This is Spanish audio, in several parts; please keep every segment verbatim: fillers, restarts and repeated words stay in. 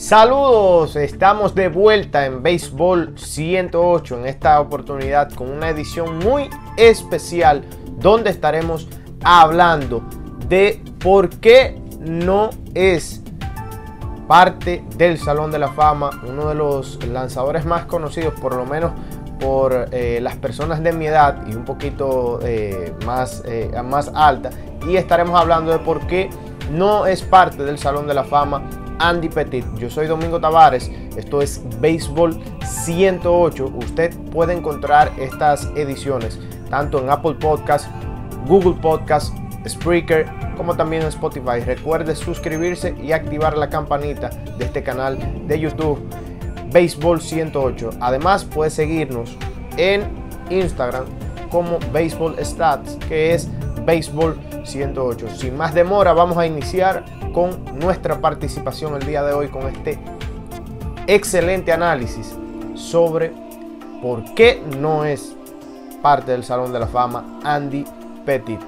Saludos, estamos de vuelta en Béisbol ciento ocho, en esta oportunidad con una edición muy especial donde estaremos hablando de por qué no es parte del Salón de la Fama, uno de los lanzadores más conocidos, por lo menos por eh, las personas de mi edad y un poquito eh, más, eh, más alta, y estaremos hablando de por qué no es parte del Salón de la Fama Andy Pettitte. Yo soy Domingo Tavares, esto es Béisbol ciento ocho. Usted puede encontrar estas ediciones tanto en Apple Podcast, Google Podcast, Spreaker, como también en Spotify. Recuerde suscribirse y activar la campanita de este canal de YouTube, Béisbol ciento ocho. Además, puede seguirnos en Instagram como Baseball Stats, que es Béisbol ciento ocho. Sin más demora, vamos a iniciar con nuestra participación el día de hoy con este excelente análisis sobre por qué no es parte del Salón de la Fama Andy Pettitte.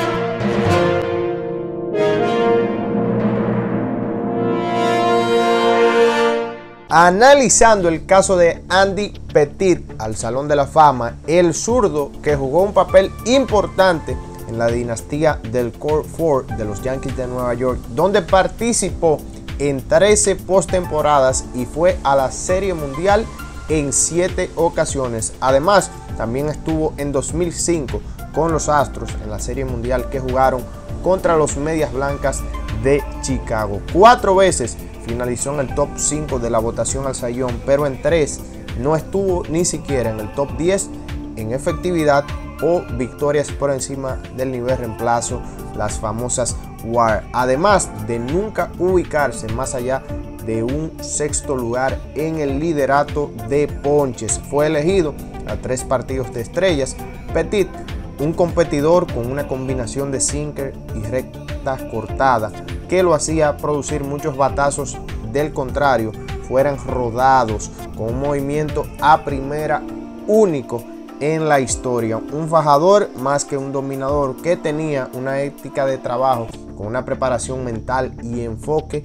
Analizando el caso de Andy Pettitte al Salón de la Fama, el zurdo que jugó un papel importante en la dinastía del Core cuatro de los Yankees de Nueva York, donde participó en trece postemporadas y fue a la Serie Mundial en siete ocasiones. Además, también estuvo en dos mil cinco con los Astros en la Serie Mundial que jugaron contra los Medias Blancas de Chicago. Cuatro veces finalizó en el top cinco de la votación al Cy Young, pero en tres no estuvo ni siquiera en el top diez en efectividad o victorias por encima del nivel reemplazo, las famosas W A R, además de nunca ubicarse más allá de un sexto lugar en el liderato de ponches. Fue elegido a tres partidos de estrellas. Pettitte, un competidor con una combinación de sinker y recta cortada que lo hacía producir muchos batazos del contrario fueran rodados, con un movimiento a primera único en la historia. Un fajador más que un dominador, que tenía una ética de trabajo con una preparación mental y enfoque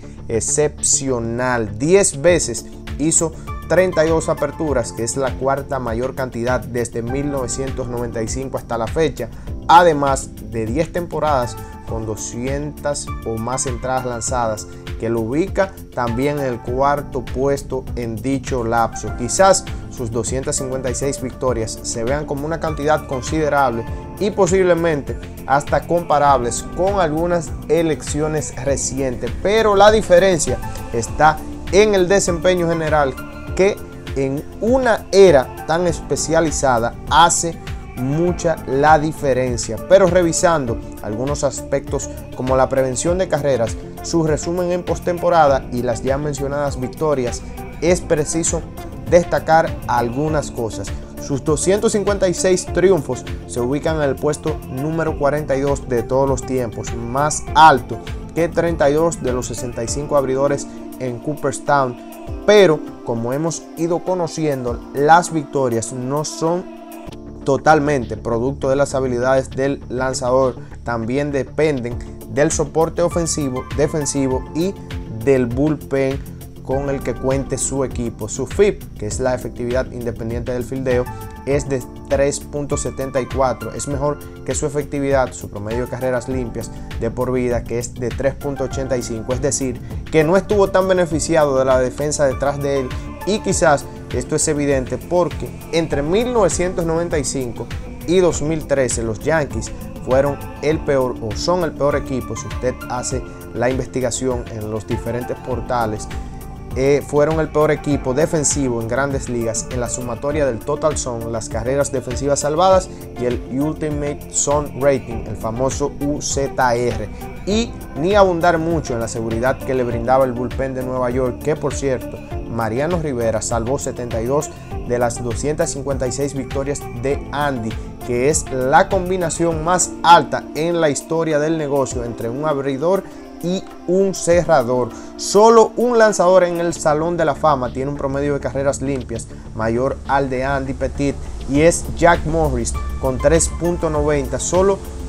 excepcional. diez veces hizo treinta y dos aperturas, que es la cuarta mayor cantidad desde mil novecientos noventa y cinco hasta la fecha, además de diez temporadas con doscientas o más entradas lanzadas, que lo ubica también en el cuarto puesto en dicho lapso. Quizás sus doscientas cincuenta y seis victorias se vean como una cantidad considerable y posiblemente hasta comparables con algunas elecciones recientes, pero la diferencia está en el desempeño general, que en una era tan especializada hace mucha la diferencia. Pero revisando algunos aspectos como la prevención de carreras, su resumen en postemporada y las ya mencionadas victorias, es preciso destacar algunas cosas. Sus doscientos cincuenta y seis triunfos se ubican en el puesto número cuarenta y dos de todos los tiempos, más alto que treinta y dos de los sesenta y cinco abridores en Cooperstown. Pero como hemos ido conociendo, las victorias no son totalmente producto de las habilidades del lanzador, también dependen del soporte ofensivo, defensivo y del bullpen con el que cuente su equipo. Su F I P, que es la efectividad independiente del fildeo, es de tres punto setenta y cuatro. Es mejor que su efectividad, su promedio de carreras limpias de por vida, que es de tres punto ochenta y cinco. Es decir, que no estuvo tan beneficiado de la defensa detrás de él, y quizás esto es evidente porque entre mil novecientos noventa y cinco y dos mil trece los Yankees fueron el peor o son el peor equipo. Si usted hace la investigación en los diferentes portales, Eh, fueron el peor equipo defensivo en Grandes Ligas en la sumatoria del Total Zone, las carreras defensivas salvadas y el Ultimate Zone Rating, el famoso U Z R. Y ni abundar mucho en la seguridad que le brindaba el bullpen de Nueva York, que por cierto, Mariano Rivera salvó setenta y dos de las doscientas cincuenta y seis victorias de Andy, que es la combinación más alta en la historia del negocio entre un abridor y un cerrador. Solo un lanzador en el Salón de la Fama tiene un promedio de carreras limpias mayor al de Andy Pettitte, y es Jack Morris con tres punto noventa. Solo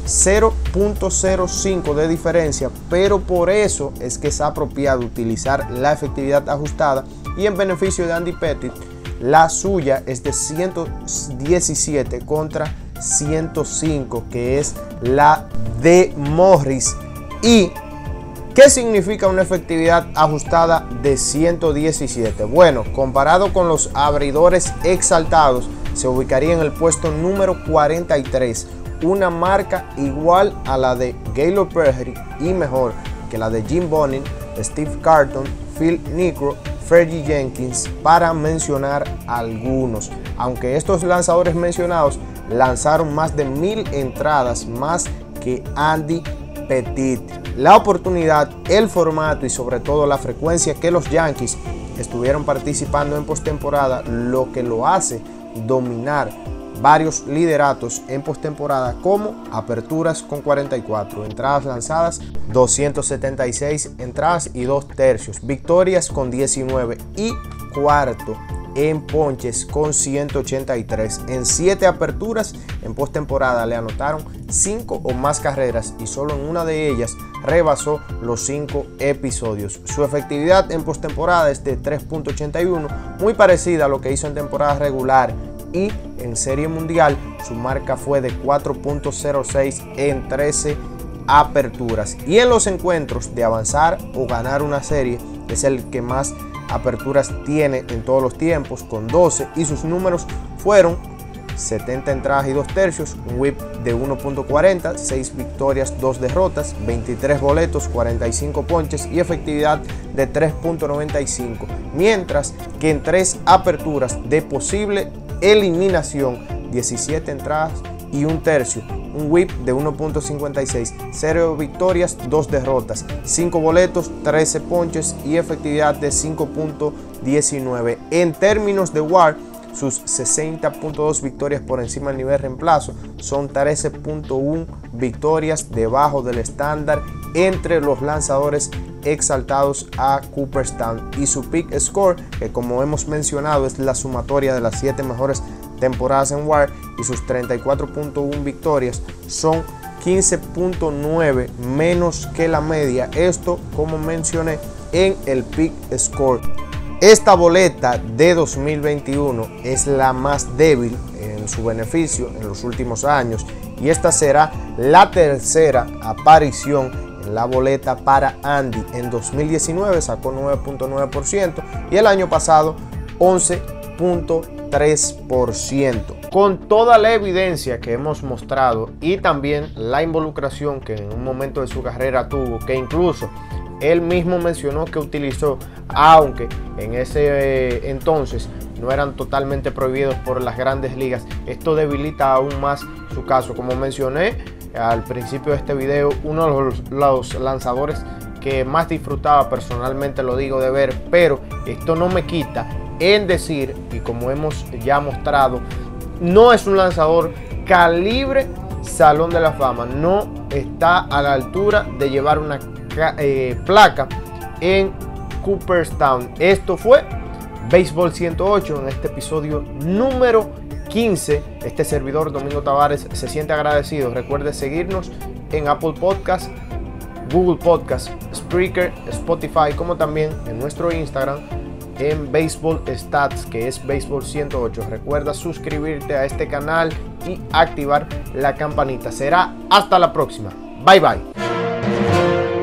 cero punto cero cinco de diferencia, pero por eso es que es apropiado utilizar la efectividad ajustada, y en beneficio de Andy Pettitte, la suya es de ciento diecisiete contra ciento cinco, que es la de Morris. ¿Y qué significa una efectividad ajustada de ciento diecisiete? Bueno, comparado con los abridores exaltados, se ubicaría en el puesto número cuarenta y tres, una marca igual a la de Gaylord Perry y mejor que la de Jim Bunning, Steve Carlton, Phil Niekro, Fergie Jenkins, para mencionar algunos. Aunque estos lanzadores mencionados lanzaron más de mil entradas más que Andy Pettitte. La oportunidad, el formato y sobre todo la frecuencia que los Yankees estuvieron participando en postemporada, lo que lo hace dominar varios lideratos en postemporada, como aperturas con cuarenta y cuatro, entradas lanzadas doscientos setenta y seis entradas y dos tercios, victorias con diecinueve y cuarto en ponches con ciento ochenta y tres. En siete aperturas en postemporada le anotaron cinco o más carreras y solo en una de ellas rebasó los cinco episodios. Su efectividad en postemporada es de tres punto ochenta y uno, muy parecida a lo que hizo en temporada regular, y en Serie Mundial su marca fue de cuatro punto cero seis en trece aperturas. Y en los encuentros de avanzar o ganar una serie es el que más aperturas tiene en todos los tiempos, con doce, y sus números fueron setenta entradas y dos tercios, un whip de uno punto cuarenta, seis victorias, dos derrotas, veintitrés boletos, cuarenta y cinco ponches y efectividad de tres punto noventa y cinco, mientras que en tres aperturas de posible eliminación, diecisiete entradas y un tercio, un whip de uno punto cincuenta y seis, cero victorias, dos derrotas, cinco boletos, trece ponches y efectividad de cinco punto diecinueve. En términos de W A R, sus sesenta punto dos victorias por encima del nivel reemplazo son trece punto uno victorias debajo del estándar entre los lanzadores exaltados a Cooperstown, y su peak score, que como hemos mencionado es la sumatoria de las siete mejores temporadas en W A R, y sus treinta y cuatro punto uno victorias son quince punto nueve menos que la media, esto como mencioné en el peak score. Esta boleta de dos mil veintiuno es la más débil en su beneficio en los últimos años, y esta será la tercera aparición en la boleta para Andy. En dos mil diecinueve sacó nueve punto nueve por ciento y el año pasado once punto tres por ciento. Con toda la evidencia que hemos mostrado y también la involucración que en un momento de su carrera tuvo, que incluso él mismo mencionó que utilizó, aunque en ese eh, entonces no eran totalmente prohibidos por las grandes ligas, esto debilita aún más su caso. Como mencioné al principio de este video, uno de los, los lanzadores que más disfrutaba personalmente, lo digo, de ver, pero esto no me quita en decir, y como hemos ya mostrado, no es un lanzador calibre Salón de la Fama, no está a la altura de llevar una eh, placa en Cooperstown. Esto fue Béisbol ciento ocho en este episodio número quince. Este servidor Domingo Tavares se siente agradecido. Recuerde seguirnos en Apple Podcast, Google Podcast, Spreaker, Spotify, como también en nuestro Instagram en Baseball Stats, que es Béisbol ciento ocho. Recuerda suscribirte a este canal y activar la campanita. Será hasta la próxima. Bye bye.